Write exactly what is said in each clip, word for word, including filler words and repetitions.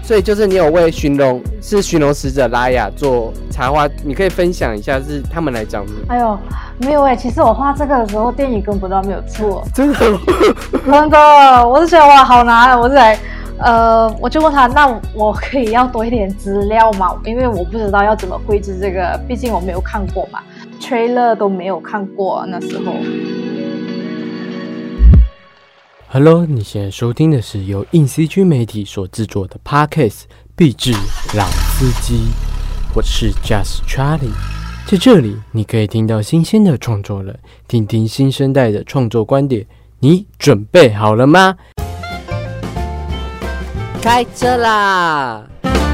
所以就是你有为寻龙是寻龙使者拉雅做插画，你可以分享一下是他们来找你。 哎呦，没有哎，其实我画这个的时候，电影根本都没有出， 真的真的，我就觉得哇好难，我就来，呃，我就问他，那我可以要多一点资料吗？因为我不知道要怎么绘制这个，毕竟我没有看过嘛 ，trailer 都没有看过那时候。 Hello， 你现在收听的是由硬 C G 媒体所制作的 Podcast 壁纸老司机，我是 Just Charlie， 在这里你可以听到新鲜的创作人，听听新生代的创作观点，你准备好了吗？开车啦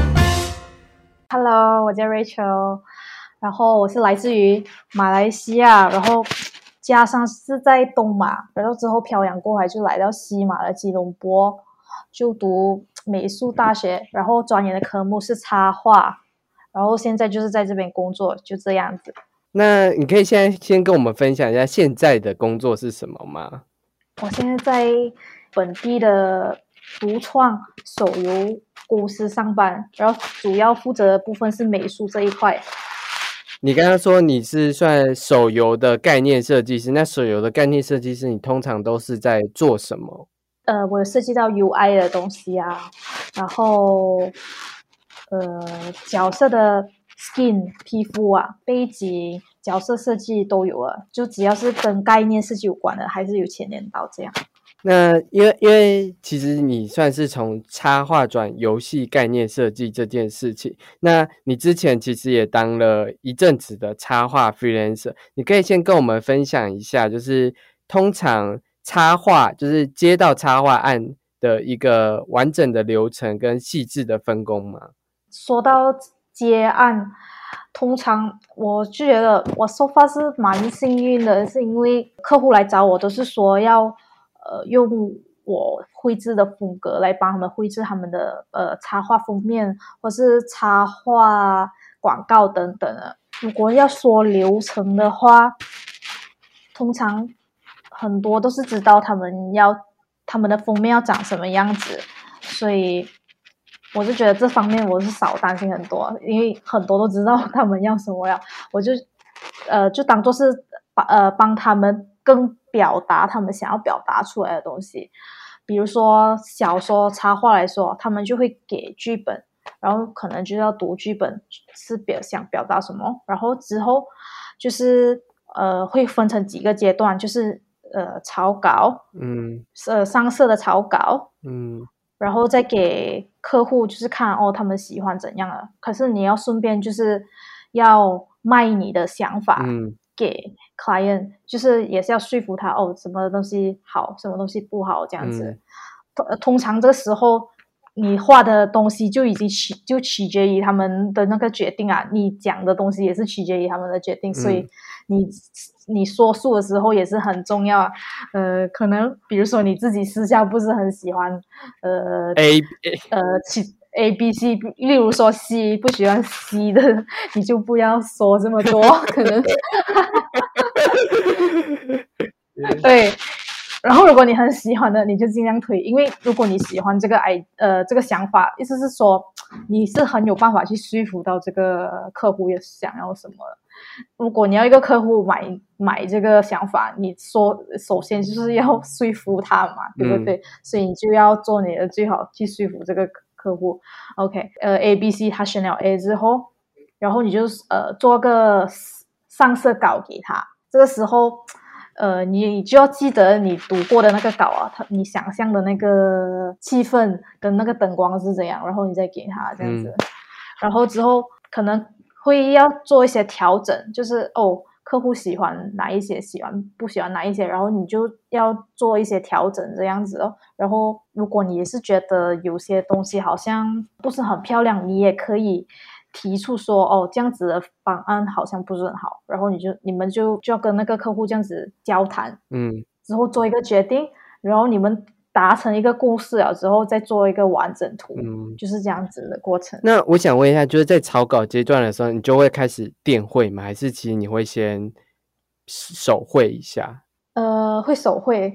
！Hello， 我叫 Rachel， 然后我是来自于马来西亚，然后加上是在东马，然后之后漂洋过海就来到西马的吉隆坡，就读美术大学，然后专业的科目是插画，然后现在就是在这边工作，就这样子。 那你可以现在先跟我们分享一下现在的工作是什么吗？ 我现在在本地的独创手游公司上班，然后主要负责的部分是美术这一块。 你刚刚说你是算手游的概念设计师，那手游的概念设计师你通常都是在做什么？ 呃，我有涉及到 U I 的东西啊，然后呃角色的 skin 皮肤啊、背景、角色设计都有啊，就只要是跟概念设计有关的，还是有牵连到这样。 那因为因为其实你算是从插画转游戏概念设计这件事情，那你之前其实也当了一阵子的插画 freelancer， 你可以先跟我们分享一下，就是通常插画就是接到插画案的一个完整的流程跟细致的分工吗？ 说到接案，通常我就觉得我 so far 是蛮幸运的，是因为客户来找我都是说要呃用我绘制的风格来帮他们绘制他们的呃插画封面或是插画广告等等的。如果要说流程的话，通常很多都是知道他们要他们的封面要长什么样子，所以我就觉得这方面我是少担心很多，因为很多都知道他们要什么呀，我就呃就当做是呃帮他们更表达他们想要表达出来的东西。比如说小说插画来说，他们就会给剧本，然后可能就要读剧本是表想表达什么，然后之后就是呃会分成几个阶段，就是呃草稿， 嗯， 呃上色的草稿， 嗯， 然后再给客户就是看哦他们喜欢怎样的，可是你要顺便就是要卖你的想法， 嗯， 给 client， 就是也是要说服他哦，什么东西好，什么东西不好这样子。 嗯通通常这个时候你画的东西就已经取就取决于他们的那个决定啊，你讲的东西也是取决于他们的决定， 嗯、 所以你你说述的时候也是很重要啊。呃，可能比如说你自己私下不是很喜欢呃 A 呃其。A B C， 例如说 C 不喜欢 C 的，你就不要说这么多，可能对。然后如果你很喜欢的，你就尽量推，因为如果你喜欢这个 i 呃这个想法，意思是说你是很有办法去说服到这个客户也想要什么。如果你要一个客户买买这个想法，你说首先就是要说服他嘛，对不对？嗯、所以你就要做你的最好去说服这个客户。OK， 呃 A B C 他选了 A 之后，然后你就呃做个上色稿给他，这个时候。呃，你就要记得你读过的那个稿啊，他你想象的那个气氛跟那个灯光是怎样，然后你再给他这样子，嗯、然后之后可能会要做一些调整，就是哦，客户喜欢哪一些，喜欢不喜欢哪一些，然后你就要做一些调整这样子哦。然后如果你也是觉得有些东西好像不是很漂亮，你也可以。提出说哦，这样子的方案好像不是很好，然后你就你们就就要跟那个客户这样子交谈，嗯，之后做一个决定，然后你们达成一个共识了之后，再做一个完整图，嗯，就是这样子的过程。 那我想问一下，就是在草稿阶段的时候，你就会开始电绘吗？还是其实你会先手绘一下？ 呃，会手绘。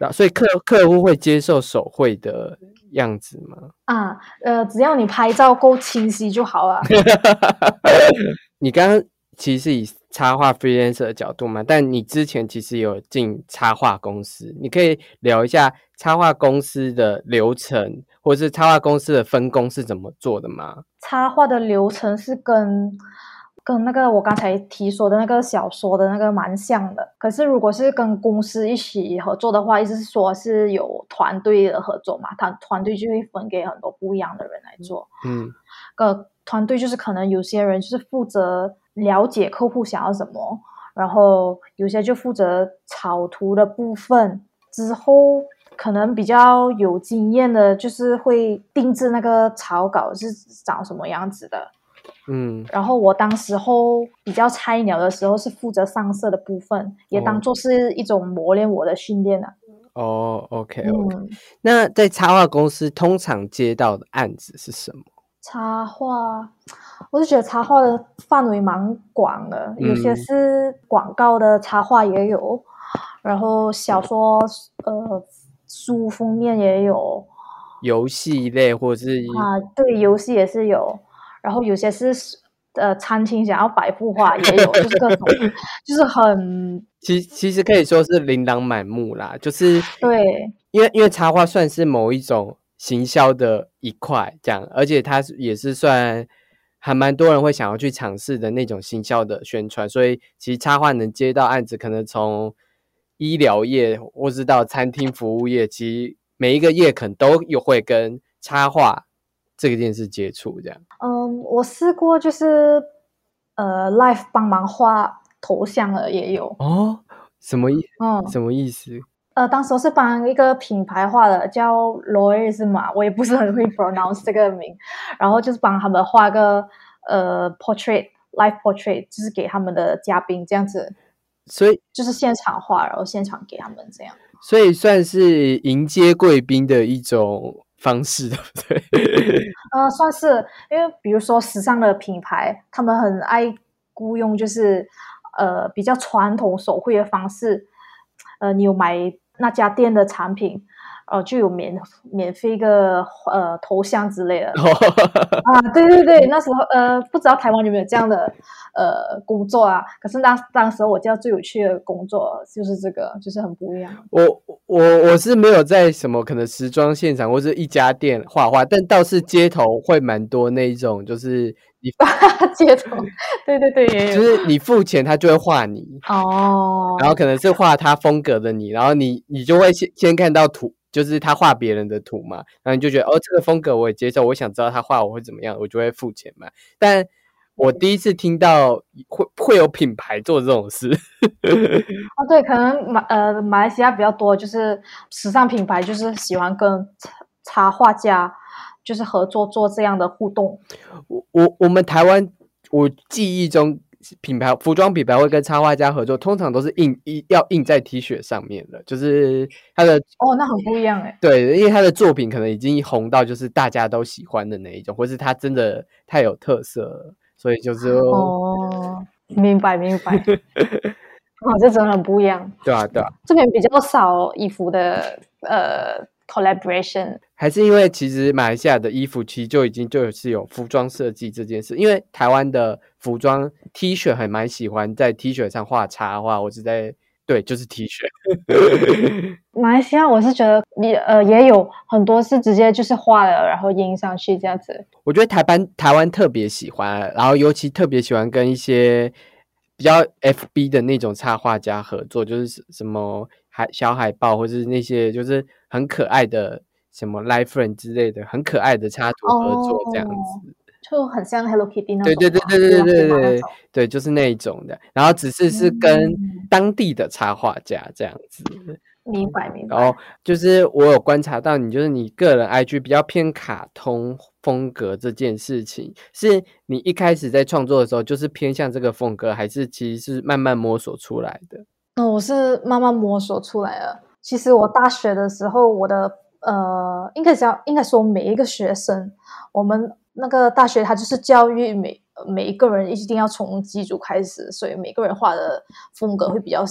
所以客客户会接受手绘的样子吗？ 啊，呃，只要你拍照够清晰就好了。 你刚刚其实以插画 freelancer 的角度嘛，但你之前其实有进插画公司，你可以聊一下插画公司的流程，或是插画公司的分工是怎么做的吗？ 插画的流程是跟跟那个我刚才提说的那个小说的那个蛮像的，可是如果是跟公司一起合作的话，意思是说是有团队的合作嘛，团团队就会分给很多不一样的人来做。 嗯， 个团队就是可能有些人就是负责了解客户想要什么，然后有些就负责草图的部分，之后可能比较有经验的就是会定制那个草稿是长什么样子的。嗯，然后我当时候比较菜鸟的时候是负责上色的部分，也当做是一种磨练我的训练啊。 哦 ，OK OK、嗯。那在插画公司通常接到的案子是什么？ 插画，我是觉得插画的范围蛮广的，有些是广告的插画也有，然后小说、呃书封面也有， 游戏类或是啊，对，游戏也是有。然后有些是呃餐厅想要摆幅画也有，就是各种，就是很其其实可以说是琳琅满目啦，就是对， 因为因为插画算是某一种行销的一块，这样，而且它也是算还蛮多人会想要去尝试的那种行销的宣传，所以其实插画能接到案子，可能从医疗业或是到餐厅服务业，其实每一个业可能都有会跟插画这件事接触这样。 嗯，我试过就是呃 live 帮忙画头像的也有。 哦，什么意嗯什么意思？ 呃，当时我是帮一个品牌画的，叫 Loy 是吗？我也不是很会 pronounce 这个名，然后就是帮他们画个呃 portrait live portrait，就是给他们的嘉宾这样子。 所以就是现场画，然后现场给他们这样。 所以算是迎接贵宾的一种方式，对不对？ 呃，算是，因为比如说时尚的品牌，他们很爱雇佣就是呃比较传统手绘的方式，呃，你有买那家店的产品，呃，就有免免费一个呃头像之类的。啊，对对对，那时候呃不知道台湾有没有这样的呃工作啊？可是当当时我觉得最有趣的工作就是这个，就是很不一样。 我我我是没有在什么可能时装现场或者一家店画画，但倒是街头会蛮多那一种，就是你街头，对对对，也有， 就是你付钱他就会画你哦， 然后可能是画他风格的你，然后你你就会先先看到图。就是他画别人的图嘛，然后你就觉得哦，这个风格我也接受，我想知道他画我会怎么样，我就会付钱嘛。但我第一次听到会会有品牌做这种事。 哦，对，可能马呃马来西亚比较多，就是时尚品牌就是喜欢跟插画家就是合作做这样的互动。 我我我们台湾，我记忆中。品牌服装品牌会跟插画家合作，通常都是印印要印在 T 恤上面的，就是他的哦，那很不一样哎。 对，因为他的作品可能已经红到就是大家都喜欢的那一种，或是他真的太有特色了，所以就是哦，明白明白。哦，这真的很不一样。 对啊对啊， 这边比较少衣服的呃 collaboration。 还是因为其实马来西亚的衣服其实就已经就是有服装设计这件事，因为台湾的服装 T 恤还蛮喜欢在 T 恤上画插画，或者在对就是 T 恤。 马来西亚我是觉得你呃也有很多是直接就是画了然后印上去这样子。 我觉得台湾台湾特别喜欢，然后尤其特别喜欢跟一些比较 F B 的那种插画家合作，就是什么海小海报，或是那些就是很可爱的。什么 Life Friend 之类的很可爱的插图合作这样子、哦、 就很像 Hello Kitty 那种。 对对对对对对对对对，就是那一种的。然后只是是跟当地的插画家这样子。 嗯、明白明白。 然后就是我有观察到你，就是你个人 I G 比较偏卡通风格这件事情，是你一开始在创作的时候就是偏向这个风格，还是其实是慢慢摸索出来的？ 哦，我是慢慢摸索出来的。其实我大学的时候，我的呃，应该讲，应该说每一个学生，我们那个大学它就是教育每每一个人一定要从基础开始，所以每个人画的风格会比较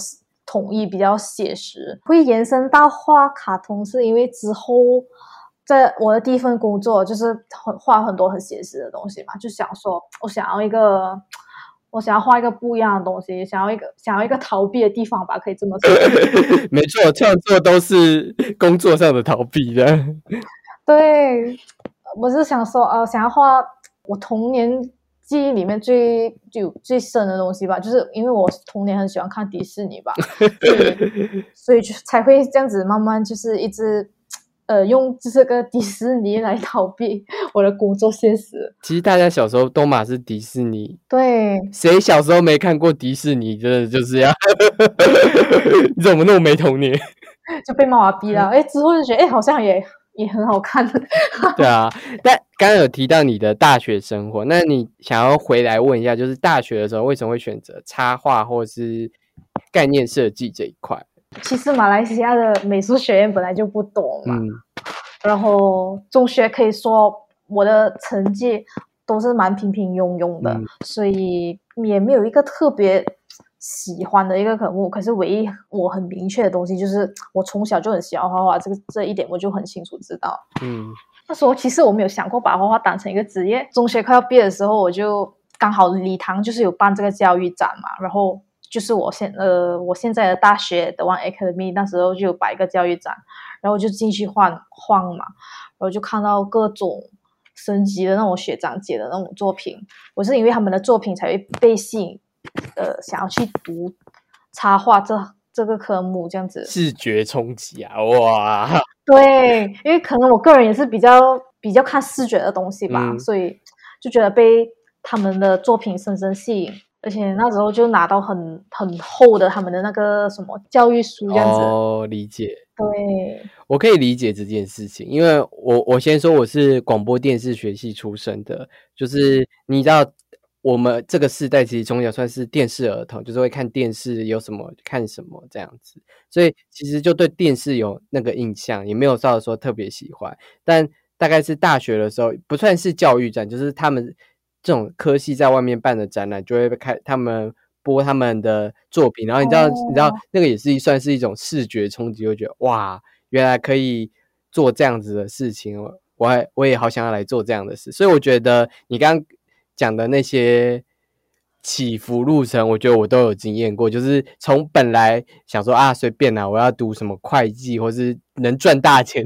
统一比较写实。会延伸到画卡通是因为之后在我的第一份工作就是很画很多很写实的东西嘛，就想说我想要一个我想要画一个不一样的东西，想要一个想要一个逃避的地方吧，可以这么说。 没错，创作都是工作上的逃避的。 对，我是想说呃，想要画我童年记忆里面最最最深的东西吧，就是因为我童年很喜欢看迪士尼吧，所以所以就才会这样子慢慢就是一直呃用这个迪士尼来逃避我的工作现实。 其实大家小时候都嘛是迪士尼， 对， 谁小时候没看过迪士尼？真的就是要你怎么那么没童年？ 就被妈妈逼了。哎，之后就觉得哎，好像也也很好看。 对啊，但刚刚有提到你的大学生活，那你想要回来问一下，就是大学的时候为什么会选择插画或是概念设计这一块？ 其实马来西亚的美术学院本来就不多嘛， 嗯， 然后中学可以说我的成绩都是蛮平平庸庸的， 嗯， 所以也没有一个特别喜欢的一个科目。可是唯一我很明确的东西就是我从小就很喜欢画画，这个这一点我就很清楚知道。 嗯， 那时候其实我没有想过把画画当成一个职业。中学快要毕业的时候，我就刚好礼堂就是有办这个教育展嘛，然后就是我现呃我现在的大学的 One Academy 那时候就有摆一个教育展，然后我就进去晃晃嘛，然后就看到各种升级的那种学长姐的那种作品，我是因为他们的作品才会被吸引，呃，想要去读插画这这个科目这样子。 视觉冲击啊，哇！ 对，因为可能我个人也是比较比较看视觉的东西吧， 嗯， 所以就觉得被他们的作品深深吸引。而且那时候就拿到很很厚的他们的那个什么教育书这样子。 哦，理解。 对， 我可以理解这件事情，因为我我先说我是广播电视学系出身的，就是你知道我们这个世代其实从小算是电视儿童，就是会看电视有什么看什么这样子，所以其实就对电视有那个印象，也没有到说特别喜欢。但大概是大学的时候，不算是教育展，就是他们这种科系在外面办的展览，就会开他们播他们的作品，然后你知道、 哦、 你知道那个也是算是一种视觉冲击，会觉得哇，原来可以做这样子的事情，我还我也好想要来做这样的事，所以我觉得你刚刚讲的那些起伏路程，我觉得我都有经验过，就是从本来想说啊随便啦，我要读什么会计或是能赚大钱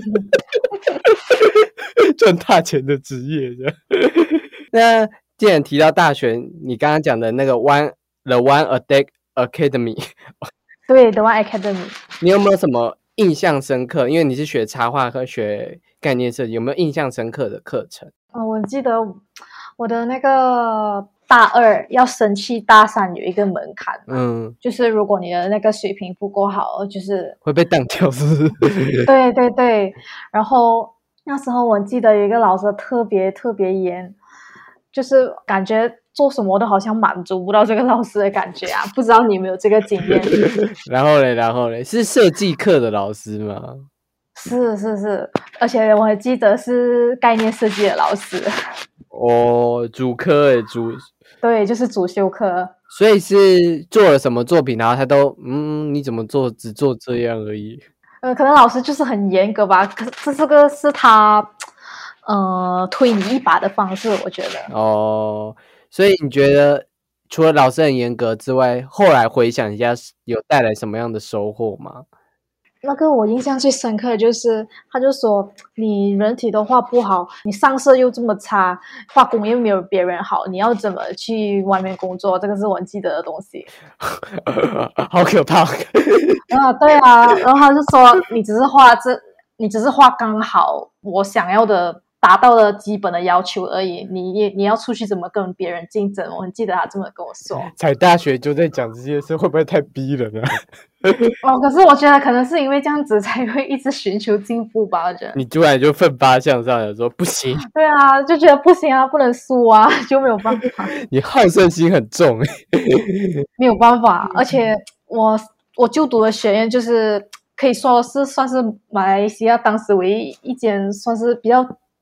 赚大钱的职业这样。那既然提到大学，你刚刚讲的那个 One The One Academy， 对 The One Academy， 你有没有什么印象深刻？因为你是学插画和学概念设计，有没有印象深刻的课程？ 哦，我记得我的那个大二要升去大三有一个门槛，嗯，就是如果你的那个水平不够好，就是会被当掉，是不是？ 对对对，然后那时候我记得有一个老师特别特别严，就是感觉做什么都好像满足不到这个老师的感觉啊，不知道你有没有这个经验？ 然后嘞，然后嘞，是设计课的老师吗？ 是是是，而且我还记得是概念设计的老师。 哦，主科诶，主对，就是主修课。 所以是做了什么作品，然后他都嗯，你怎么做只做这样而已？ 呃，可能老师就是很严格吧，可是这个是他呃推你一把的方式，我觉得。 哦，所以你觉得除了老师很严格之外，后来回想一下，有带来什么样的收获吗？ 那个我印象最深刻的就是，他就说你人体都画不好，你上色又这么差，画工又没有别人好，你要怎么去外面工作？这个是我记得的东西。 好可怕！ 啊，对啊，然后他就说你只是画这，你只是画刚好我想要的。达到了基本的要求而已，你你要出去怎么跟别人竞争？我很记得他这么跟我说。 才大学就在讲这些事，会不会太逼人了？ 哦，可是我觉得可能是因为这样子才会一直寻求进步吧。我觉得你突然就奋发向上的说不行， 对啊，就觉得不行啊，不能输啊，就没有办法。 你好胜心很重没有办法，而且我我就读的学院就是可以说是算是马来西亚当时唯一一间算是比较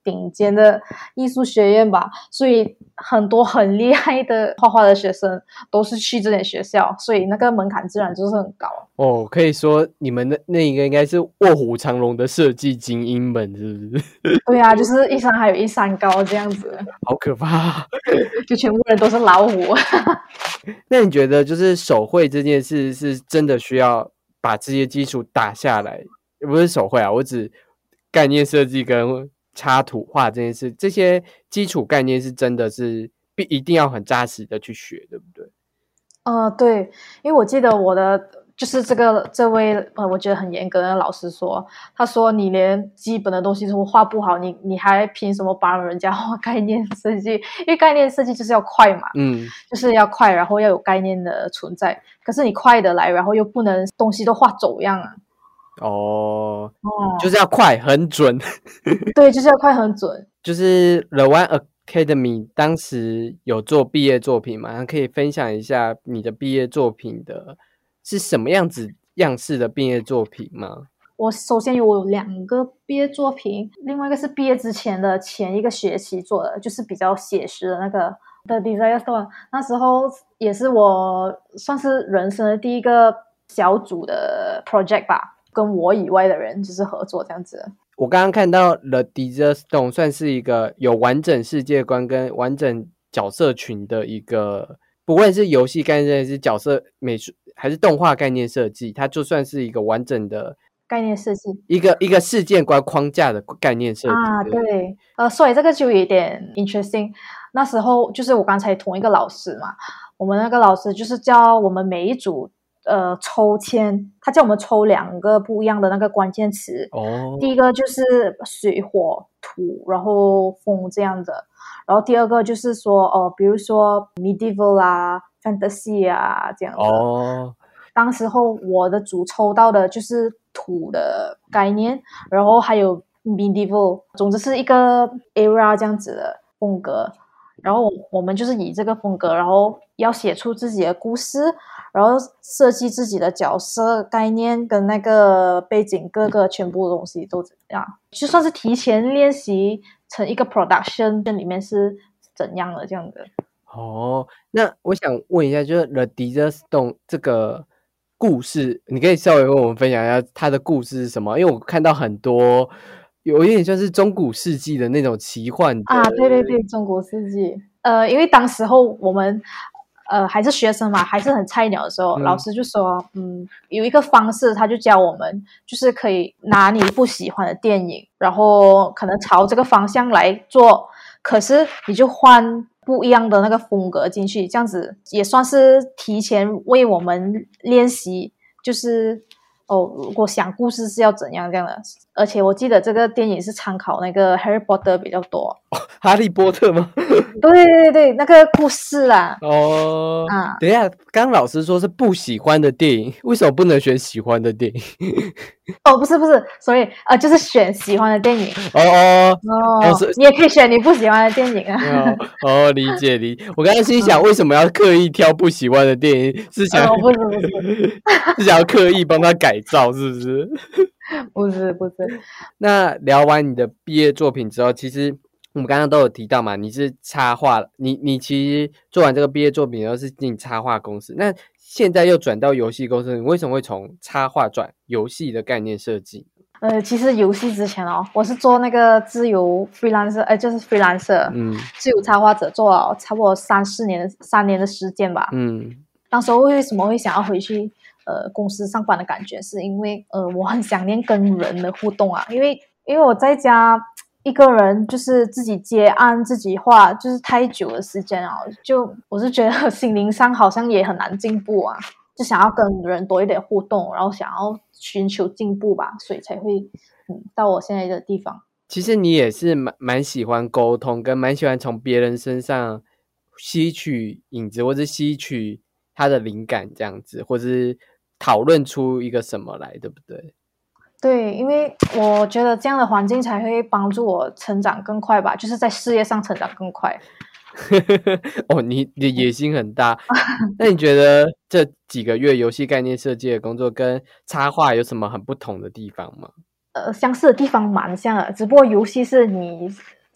顶尖的艺术学院吧，所以很多很厉害的画画的学生都是去这间学校，所以那个门槛自然就是很高。 哦，可以说你们的那一个应该是卧虎藏龙的设计精英们，是不是？ 对啊，就是一山还有一山高这样子， 好可怕， 就全部人都是老虎。 那你觉得就是手绘这件事是真的需要把这些基础打下来？不是手绘啊，我指概念设计跟插图画这件事，这些基础概念是真的是必一定要很扎实的去学，对不对？ 呃，对，因为我记得我的就是这个这位呃，我觉得很严格的老师说，他说你连基本的东西都画不好，你你还凭什么帮人家画概念设计？因为概念设计就是要快嘛， 嗯， 就是要快，然后要有概念的存在。可是你快的来，然后又不能东西都画走样啊。 哦， 哦， 就是要快很准。 对，就是要快很准。 就是 The One Academy 当时有做毕业作品嘛？可以分享一下你的毕业作品的是什么样子样式的毕业作品吗？ 我首先有两个毕业作品，另外一个是毕业之前的前一个学期做的，就是比较写实的那个 The Desire Storm。那时候也是我算是人生的第一个小组的 project 吧，跟我以外的人就是合作这样子。 我刚刚看到 The Desert Stone 算是一个有完整世界观跟完整角色群的一个，不论是游戏概念还是角色美术还是动画概念设计，它就算是一个完整的概念设计， 一个一个事件观框架的概念设计啊， 对对，呃，所以这个就有点 interesting。那时候就是我刚才同一个老师嘛，我们那个老师就是教我们每一组呃抽签，他叫我们抽两个不一样的那个关键词。 哦， 第一个就是水火土，然后风这样的，然后第二个就是说哦，比如说 medieval 啊 fantasy 啊这样的。 哦， 当时候我的组抽到的就是土的概念，然后还有 medieval， 总之是一个 era 这样子的风格。然后我们就是以这个风格，然后要写出自己的故事，然后设计自己的角色概念跟那个背景，各个全部的东西都这样，就算是提前练习成一个 production 这里面是怎样的这样的。 哦，那我想问一下，就是 The Desert Stone 这个故事，你可以稍微跟我们分享一下它的故事是什么？因为我看到很多有一点像是中古世纪的那种奇幻的啊，对对对，中国世纪。呃，因为当时候我们呃还是学生嘛，还是很菜鸟的时候， 嗯老师就说，嗯，有一个方式，他就教我们，就是可以拿你不喜欢的电影，然后可能朝这个方向来做，可是你就换不一样的那个风格进去，这样子也算是提前为我们练习，就是哦，如果想故事是要怎样这样的。而且我记得这个电影是参考那个 Harry Potter 比较多。 哈利波特吗？ 对对对，那个故事啦。 哦， 啊， 等一下，刚刚老师说是不喜欢的电影，为什么不能选喜欢的电影？ 哦，不是不是，所以呃，就是选喜欢的电影。 哦哦哦， 哦是你也可以选你不喜欢的电影啊。 哦哦，理解理解。我刚刚心想，为什么要刻意挑不喜欢的电影？是想、 哦，不是不是是想要刻意帮他改造，是不是？ 不是不是。 那聊完你的毕业作品之后，其实我们刚刚都有提到嘛，你是插画，你你其实做完这个毕业作品然后是进插画公司，那现在又转到游戏公司，你为什么会从插画转游戏的概念设计？ 呃，其实游戏之前哦，我是做那个自由 freelancer，呃，就是 freelancer， 嗯自由插画者，做了差不多三四年的三年的时间吧。 嗯当时候为什么会想要回去呃公司上班的感觉，是因为呃我很想念跟人的互动啊，因为因为我在家一个人就是自己接案自己画，就是太久的时间啊，就我是觉得心灵上好像也很难进步啊，就想要跟人多一点互动，然后想要寻求进步吧，所以才会嗯到我现在的地方。 其实你也是蛮蛮喜欢沟通，跟蛮喜欢从别人身上吸取影子，或是吸取他的灵感这样子，或是讨论出一个什么来，对不对？ 对，因为我觉得这样的环境才会帮助我成长更快吧，就是在事业上成长更快。 哦，你你的野心很大。那你觉得这几个月游戏概念设计的工作跟插画有什么很不同的地方吗？ 呃，相似的地方蛮像的，只不过游戏是你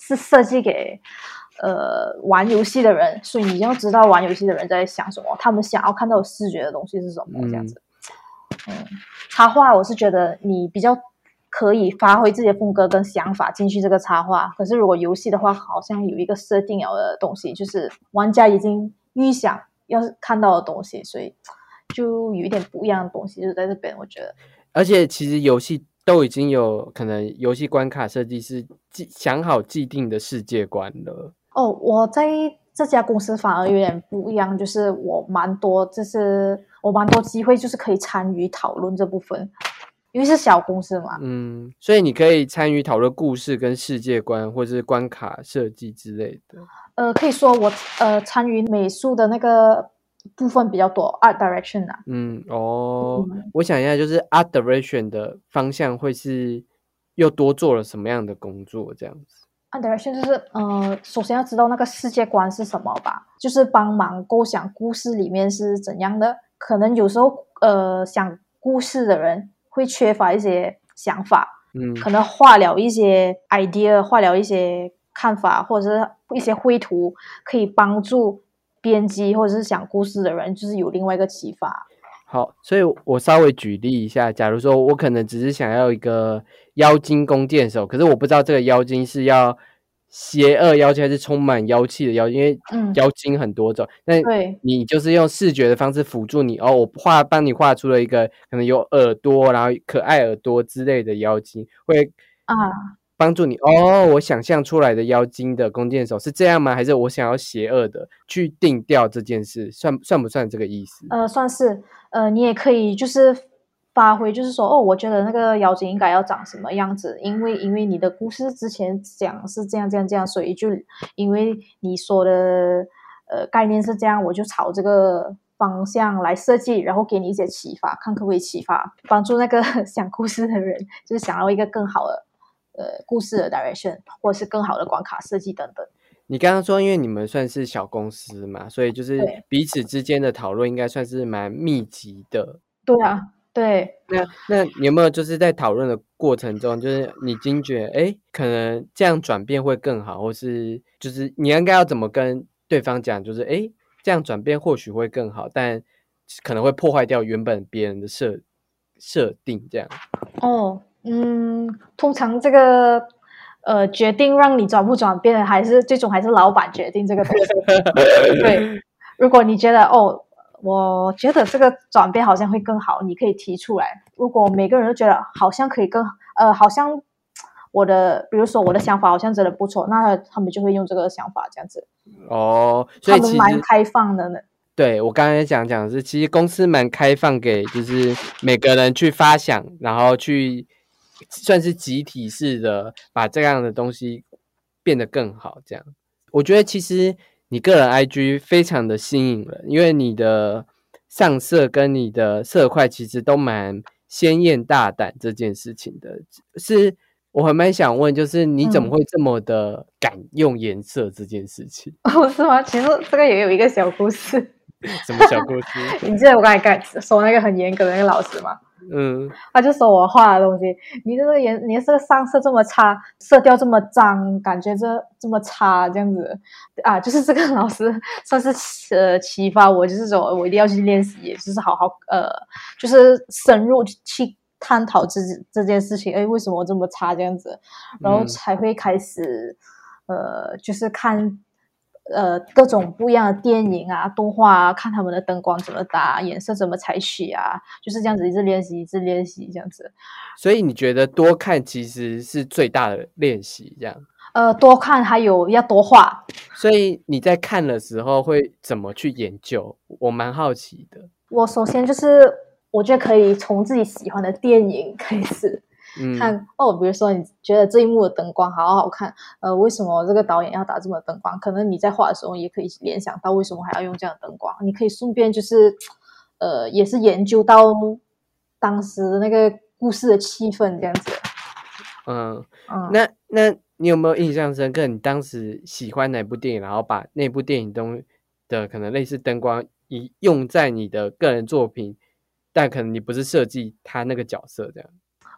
是设计给呃玩游戏的人，所以你要知道玩游戏的人在想什么，他们想要看到视觉的东西是什么，这样子。嗯，插画我是觉得你比较可以发挥自己的风格跟想法进去这个插画，可是如果游戏的话，好像有一个设定了的东西，就是玩家已经预想要看到的东西，所以就有一点不一样的东西，就在这边我觉得。 而且其实游戏都已经有可能游戏关卡设计是想好既定的世界观了。 哦，我在这家公司反而有点不一样，就是我蛮多，就是我蛮多机会，就是可以参与讨论这部分，因为是小公司嘛。 嗯，所以你可以参与讨论故事跟世界观，或是关卡设计之类的。 呃，可以说我呃参与美术的那个部分比较多 ，art direction 啊。 嗯，哦，嗯、我想一下，就是 art direction 的方向会是又多做了什么样的工作？这样子。 art direction 就是呃，首先要知道那个世界观是什么吧，就是帮忙构想故事里面是怎样的。可能有时候呃想故事的人会缺乏一些想法，嗯，可能画了一些 idea， 画了一些看法，或者是一些绘图，可以帮助编辑或者是讲故事的人，就是有另外一个启发。 好，所以我稍微举例一下，假如说我可能只是想要一个妖精弓箭手，可是我不知道这个妖精是要邪恶妖精还是充满妖气的妖精，因为妖精很多种，那、嗯、你就是用视觉的方式辅助你哦，我画帮你画出了一个可能有耳朵，然后可爱耳朵之类的妖精，会啊帮助你哦，我想象出来的妖精的弓箭手是这样吗？还是我想要邪恶的去定调这件事，算算不算这个意思？ 呃，算是。呃，你也可以就是发挥，就是说，哦，我觉得那个妖精应该要长什么样子，因为因为你的故事之前讲是这样这样这样，所以就因为你说的呃概念是这样，我就朝这个方向来设计，然后给你一些启发，看可不可以启发帮助那个想故事的人，就是想要一个更好的呃故事的 direction， 或者是更好的关卡设计等等。 你刚刚说，因为你们算是小公司嘛，所以就是彼此之间的讨论应该算是蛮密集的。 对啊，对。 那那你有没有就是在讨论的过程中，就是你惊觉，哎，可能这样转变会更好，或是就是你应该要怎么跟对方讲，就是哎，这样转变或许会更好，但可能会破坏掉原本别人的设设定，这样。 哦，嗯，通常这个。呃，决定让你转不转变的，还是最终还是老板决定这个东西。对，如果你觉得哦，我觉得这个转变好像会更好，你可以提出来。如果每个人都觉得好像可以更，呃，好像我的，比如说我的想法好像真的不错，那他们就会用这个想法这样子。 哦，所以其实他们蛮开放的呢。 对，我刚才讲讲的是，其实公司蛮开放给就是每个人去发想，然后去。算是集体式的把这样的东西变得更好，这样我觉得其实你个人 I G 非常的吸引人，因为你的上色跟你的色块其实都蛮鲜艳大胆这件事情的，是我还蛮想问，就是你怎么会这么的敢用颜色这件事情？ 哦，是吗？其实这个也有一个小故事。 什么小故事？ 你记得我刚才说那个很严格的那个老师吗？嗯，他就说我画的东西，你这个颜，你这个上色这么差，色调这么脏，感觉这这么差，这样子啊，就是这个老师算是呃启发我，就是说我一定要去练习，就是好好呃，就是深入去探讨这这件事情，哎，为什么我这么差这样子，然后才会开始、嗯、呃，就是看。呃，各种不一样的电影啊、动画啊，看他们的灯光怎么打，颜色怎么采取啊，就是这样子一直练习，一直练习这样子。 所以你觉得多看其实是最大的练习，这样？ 呃，多看还有要多画。 所以你在看的时候会怎么去研究？我蛮好奇的。 我首先就是，我觉得可以从自己喜欢的电影开始。嗯、看哦，比如说你觉得这一幕的灯光好好看，呃，为什么这个导演要打这么灯光？可能你在画的时候也可以联想到为什么还要用这样的灯光。你可以顺便就是，呃，也是研究到当时那个故事的气氛这样子。 嗯嗯，那那你有没有印象深刻？你当时喜欢哪部电影，然后把那部电影中的可能类似灯光一用在你的个人作品，但可能你不是设计他那个角色这样。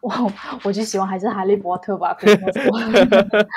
我我就喜欢还是哈利波特吧，可以这么说。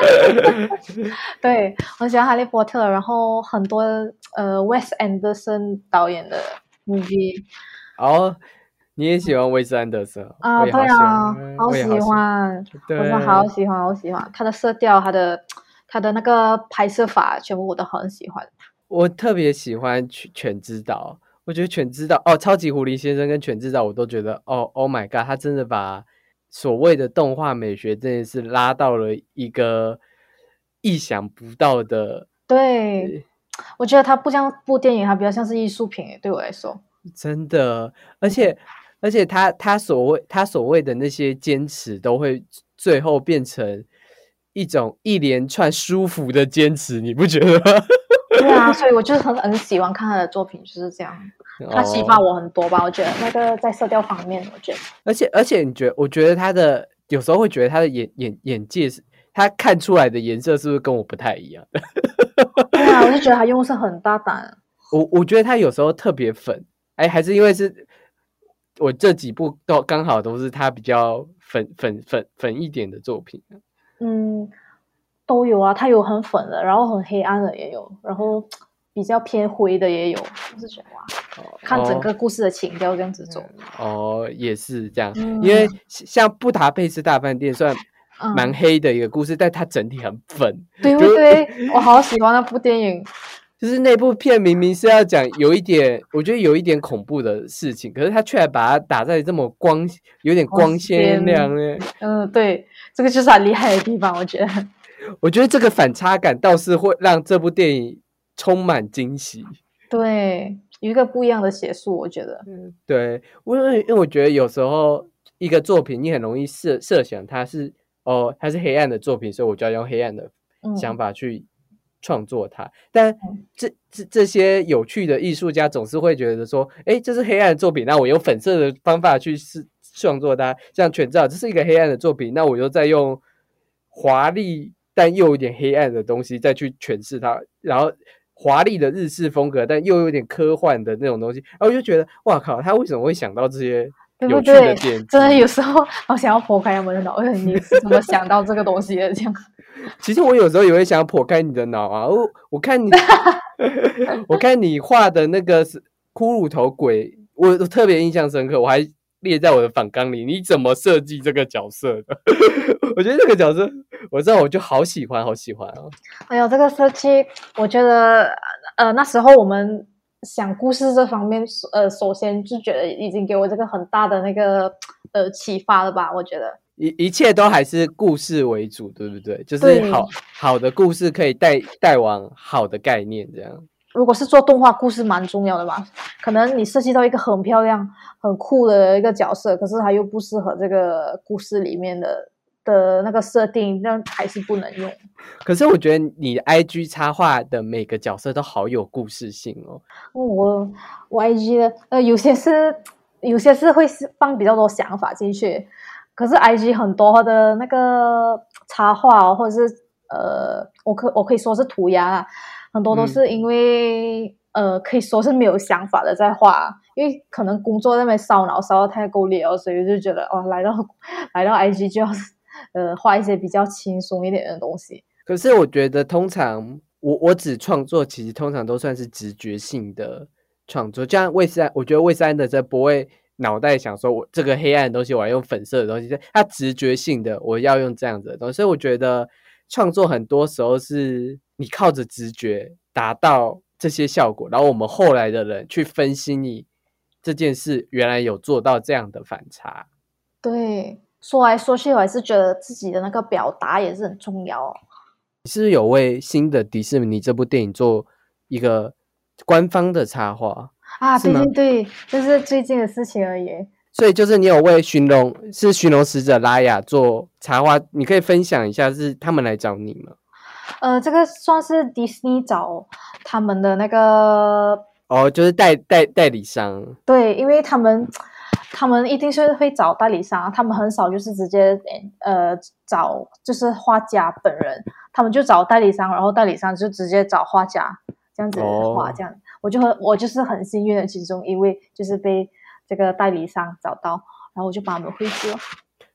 对，我喜欢哈利波特，然后很多呃 Wes Anderson 导演的 movie。 哦，你也喜欢威斯安德森？ 啊，对我也好喜啊， 欢， 好喜我也好喜欢。 欢，我真的好对， 喜欢，好喜欢他的色调，他的他的那个拍摄法，全部我都很喜欢。 我特别喜欢犬犬之岛，我觉得犬之岛哦，超级狐狸先生跟犬之岛，我都觉得哦，Oh my god，他真的把所谓的动画美学这件事拉到了一个意想不到的， 对，我觉得他不像部电影，它比较像是艺术品，对我来说。 真的，而且而且他他所谓他所谓的那些坚持，都会最后变成一种一连串舒服的坚持，你不觉得吗？ 对啊，所以我就是很很喜欢看他的作品，就是这样。他启发哦， 我很多吧，我觉得那个在色调方面，我觉得。 而且而且，你觉得？我觉得他的有时候会觉得他的眼眼眼界是，他看出来的颜色是不是跟我不太一样？ 对啊，我就觉得他用色很大胆。 我我觉得他有时候特别粉，哎，还是因为是我这几部都刚好都是他比较粉粉粉粉一点的作品。 嗯，都有啊，他有很粉的，然后很黑暗的也有，然后比较偏灰的也有，就是觉得哇，看整个故事的情调这样子走。 哦，也是这样， 嗯、 因为像布达佩斯大饭店虽然蛮嗯， 黑的一个故事，但它整体很粉， 对不对？我好喜欢那部电影。 就是那部片明明是要讲有一点，我觉得有一点恐怖的事情，可是他却把它打在这么光，有点光鲜亮丽。 嗯，对，这个就是他厉害的地方，我觉得。 我觉得这个反差感倒是会让这部电影充满惊喜。 对，有一个不一样的写术，我觉得。 嗯，对，因为因为我觉得有时候一个作品，你很容易设设想它是哦，它是黑暗的作品，所以我就要用黑暗的想法去创作它。嗯、但这这这些有趣的艺术家总是会觉得说，哎，这是黑暗的作品，那我用粉色的方法去创作它。像全照，这是一个黑暗的作品，那我又再用华丽但又有点黑暗的东西再去诠释它，然后华丽的日式风格，但又有点科幻的那种东西，然后我就觉得，哇靠，他为什么会想到这些有趣的点子？ 真的有时候好想要剖开他们的脑，你是怎么想到这个东西的？这样。 其实我有时候也会想剖开你的脑啊，我我看你，我看你画的那个骷髅头鬼，我特别印象深刻，我还列在我的访纲里。你怎么设计这个角色的？我觉得这个角色，我知道我就好喜欢，好喜欢哦。 哎呦，这个设计，我觉得，呃，那时候我们想故事这方面，呃，首先就觉得已经给我这个很大的那个呃启发了吧？我觉得一一切都还是故事为主，对不对？就是好好的故事可以带带往好的概念，这样。 如果是做动画故事蛮重要的吧，可能你设计到一个很漂亮、很酷的一个角色，可是他又不适合这个故事里面的的那个设定，那还是不能用。 可是我觉得你 I G 插画的每个角色都好有故事性哦。 我我 I G 的呃有些是有些是会放比较多想法进去，可是 I G 很多的那个插画、哦、或者是呃我可我可以说是涂鸦啦。很多都是因为、嗯、呃，可以说是没有想法的在画，因为可能工作那边烧脑烧到太够力了，所以就觉得哦，来到来到 I G 就要呃画一些比较轻松一点的东西。 可是我觉得通常我我只创作，其实通常都算是直觉性的创作。就像魏斯安，我觉得魏斯安德森不会脑袋想说我这个黑暗的东西我要用粉色的东西，他直觉性的我要用这样子的东西，所以我觉得创作很多时候是你靠着直觉达到这些效果，然后我们后来的人去分析你这件事原来有做到这样的反差。 对，说来说去我还是觉得自己的那个表达也是很重要哦。 你是不是有为新的迪士尼这部电影做一个官方的插画啊？对对对，就是最近的事情而已。 所以就是你有为寻龙是寻龙使者拉雅做插画，你可以分享一下是他们来找你吗？ 呃，这个算是迪士尼找他们的那个哦，就是代代代理商。 对，因为他们他们一定是会找代理商，他们很少就是直接呃找就是画家本人，他们就找代理商，然后代理商就直接找画家这样子画，这样、哦、我就很我就是很幸运的其中一位，就是被这个代理商找到，然后我就帮他们绘制。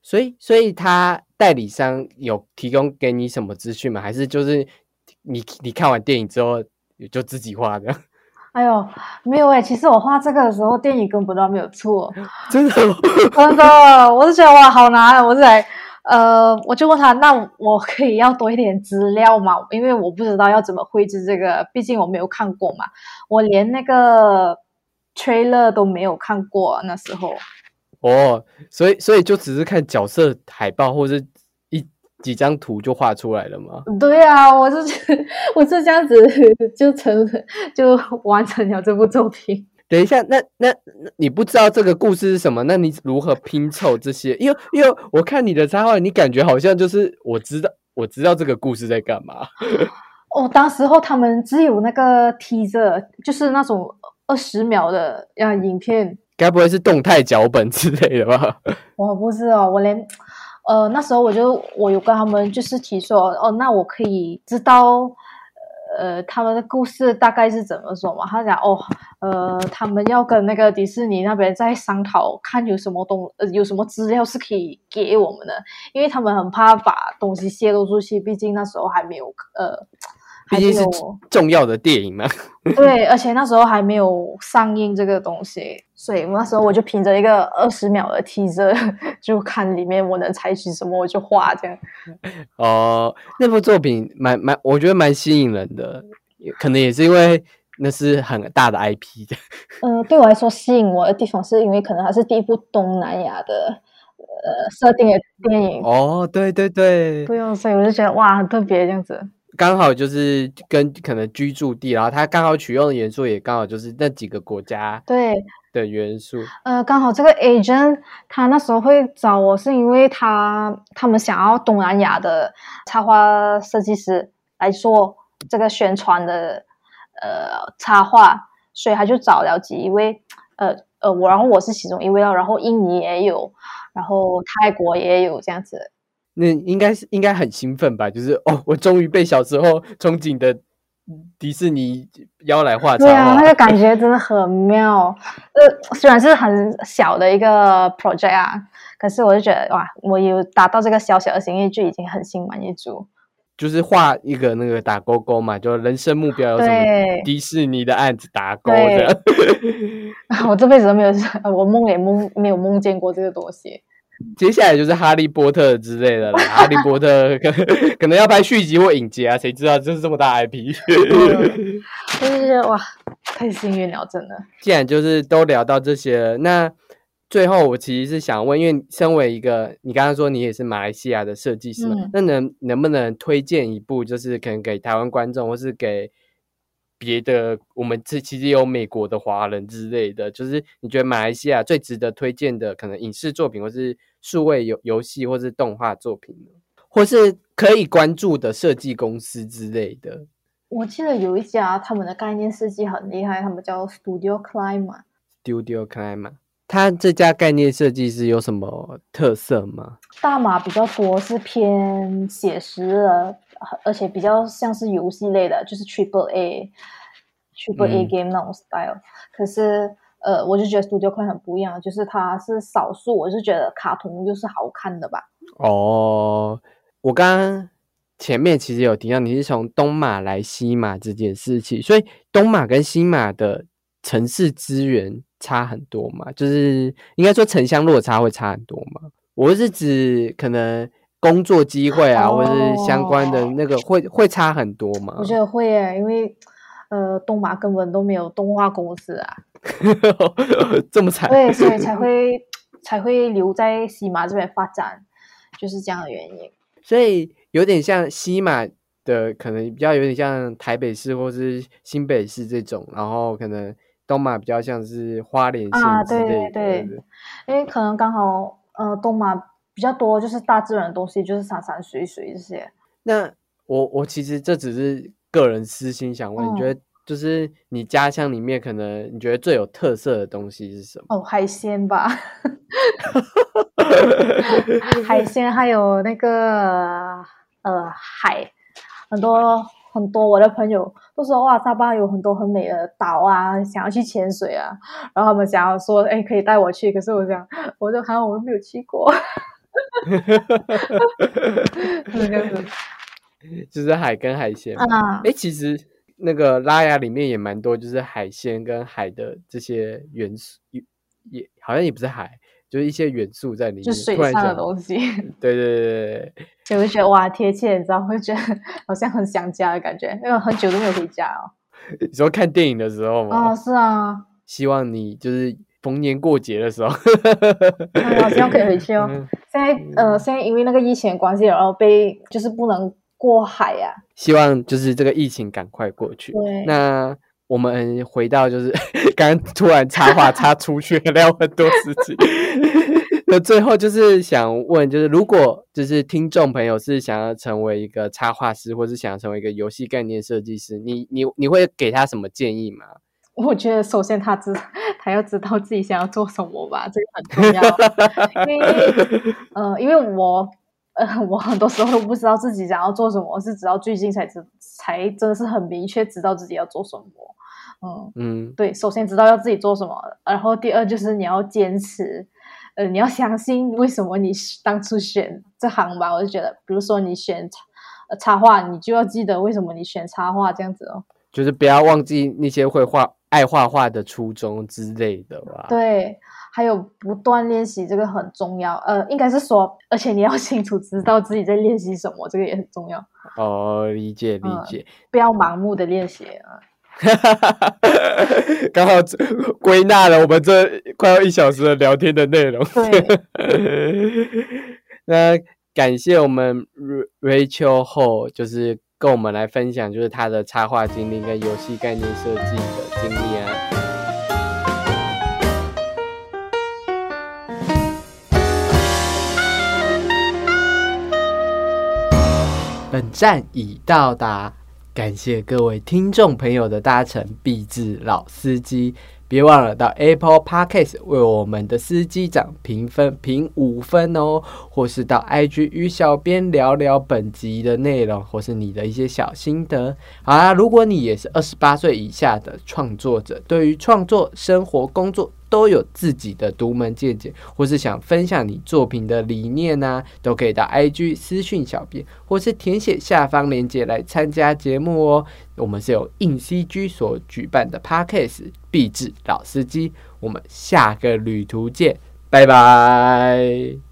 所以所以他代理商有提供给你什么资讯吗？还是就是你你看完电影之后就自己画的？ 哎呦，没有哎、欸，其实我画这个的时候，电影根本都没有出， 真的吗？ 真的，我就觉得哇，好难，我就来，呃，我就问他，那我可以要多一点资料吗？因为我不知道要怎么绘制这个，毕竟我没有看过嘛，我连那个 trailer 都没有看过那时候。 哦，所以所以就只是看角色海报或是一几张图就画出来了吗？ 对啊，我是我是这样子就成就完成了这部作品。 等一下，那那那你不知道这个故事是什么？那你如何拼凑这些？因为因为我看你的插画，你感觉好像就是我知道我知道这个故事在干嘛。 哦，当时候他们只有那个 teaser，就是那种二十秒的呀影片。 该不会是动态脚本之类的吧？ 我不是哦，我连呃那时候我就我有跟他们就是提说，哦，那我可以知道呃他们的故事大概是怎么说嘛？他讲哦，呃他们要跟那个迪士尼那边在商讨，看有什么东呃有什么资料是可以给我们的，因为他们很怕把东西泄露出去，毕竟那时候还没有呃。 毕竟是重要的电影嘛。 对，而且那时候还没有上映这个东西，所以那时候我就凭着一个二十秒的 teaser， 就看里面我能采取什么我就画这样。 哦，那部作品蛮蛮，我觉得蛮吸引人的，可能也是因为那是很大的 I P 的。 呃，对我来说吸引我的地方是因为可能它是第一部东南亚的呃设定的电影。 哦，对对对， 对哦，所以我就觉得哇，很特别这样子。 刚好就是跟可能居住地，然后它刚好取用的元素也刚好就是那几个国家对的元素。 呃，刚好这个 agent 他那时候会找我，是因为他他们想要东南亚的插画设计师来做这个宣传的呃插画，所以他就找了几位呃呃我，然后我是其中一位，然后印尼也有，然后泰国也有这样子。 那应该是应该很兴奋吧？就是哦，我终于被小时候憧憬的迪士尼邀来画插画。 对啊，那个感觉真的很妙。呃，虽然是很小的一个 project 啊，可是我就觉得哇，我有达到这个小小的心意，就已经很心满意足。 就是画一个那个打勾勾嘛，就人生目标有什么迪士尼的案子打勾的。 我这辈子都没有，我梦也梦没有梦见过这个东西。 接下来就是哈利波特之类的了，哈利波特可能可能要拍续集或影集啊，谁知道就是这么大 I P。 我就觉得哇，太幸运了，真的。 既然就是都聊到这些了，那最后我其实是想问，因为身为一个你刚刚说你也是马来西亚的设计师嘛，嗯、那能能不能推荐一部，就是可能给台湾观众，或是给别的我们这其实有美国的华人之类的，就是你觉得马来西亚最值得推荐的可能影视作品，或是数位游游戏，或是动画作品呢？或是可以关注的设计公司之类的？ 我记得有一家他们的概念设计很厉害，他们叫 Studio Clima。Studio Clima， 它这家概念设计师有什么特色吗？ 大码比较多，是偏写实的，而且比较像是游戏类的，就是 Triple A、Triple A game 那种 style、嗯。可是呃，我就觉得 Studio Clima 很不一样，就是它是少数，我是觉得卡通就是好看的吧。 哦，我刚刚前面其实有提到你是从东马来西马这件事情，所以东马跟西马的城市资源差很多嘛？就是应该说城乡落差会差很多嘛？我是指可能工作机会啊，哦、或是相关的那个会会差很多吗？ 我觉得会耶，因为呃东马根本都没有动画公司啊， 这么惨， 对，所以才会才会留在西马这边发展，就是这样的原因。 所以有点像西马的，可能比较有点像台北市或是新北市这种，然后可能东马比较像是花莲县之类的。 啊，对对对，因为可能刚好呃东马比较多，就是大自然的东西，就是山山水水这些。 那我我其实这只是个人私心想问，嗯、你觉得就是你家乡里面可能你觉得最有特色的东西是什么？ 哦，海鲜吧。海鲜还有那个呃海，很多很多我的朋友都说哇，沙巴有很多很美的岛啊，想要去潜水啊，然后他们想要说哎可以带我去，可是我想我就好像我都没有去过。 是这样子， 就是海跟海鲜嘛。 啊， 哎、其实那个拉雅里面也蛮多，就是海鲜跟海的这些元素，也也好像也不是海，就是一些元素在里面。 就水上的突然想， 东西， 对对对对对， 所以我就觉得哇贴切，你知道，会觉得好像很想家的感觉，因为我很久都没有回家哦。 你说看电影的时候吗？ 啊，是啊， 希望你就是逢年过节的时候， 哎，我希望可以回去哦。 嗯现在呃，现在因为那个疫情的关系，然后被就是不能过海呀、 希望就是这个疫情赶快过去。 对， 那我们回到就是刚刚突然插话插出去聊很多事情，那最后就是想问，就是如果就是听众朋友是想要成为一个插画师，或是想要成为一个游戏概念设计师，你你你会给他什么建议吗？ 我觉得首先他知他要知道自己想要做什么吧，这个很重要。因为呃，因为我呃，我很多时候都不知道自己想要做什么，是直到最近才知才真的是很明确知道自己要做什么。嗯嗯， 对，首先知道要自己做什么，然后第二就是你要坚持，呃，你要相信为什么你当初选这行吧。我就觉得，比如说你选插呃插画，你就要记得为什么你选插画这样子哦。 就是不要忘记那些会画、爱画画的初衷之类的吧。 对，还有不断练习这个很重要。呃，应该是说，而且你要清楚知道自己在练习什么，这个也很重要。 哦，理解理解。 嗯、不要盲目的练习啊。 刚好归纳了我们这快要一小时的聊天的内容。 对， 那感谢我们 Rachel Ho， 就是跟我们来分享，就是他的插画经历跟游戏概念设计的经历啊。本站已到达，感谢各位听众朋友的搭乘，必至老司机。别忘了到 Apple Podcast 为我们的司机长评分评五分哦，或是到 I G 与小编聊聊本集的内容，或是你的一些小心得。好啦，如果你也是二十八岁以下的创作者，对于创作、生活、工作都有自己的独门见解，或是想分享你作品的理念啊，都可以到 I G 私讯小编，或是填写下方链接来参加节目哦。我们是由硬 C G 所举办的 Podcast 必至老司机，我们下个旅途见，拜拜。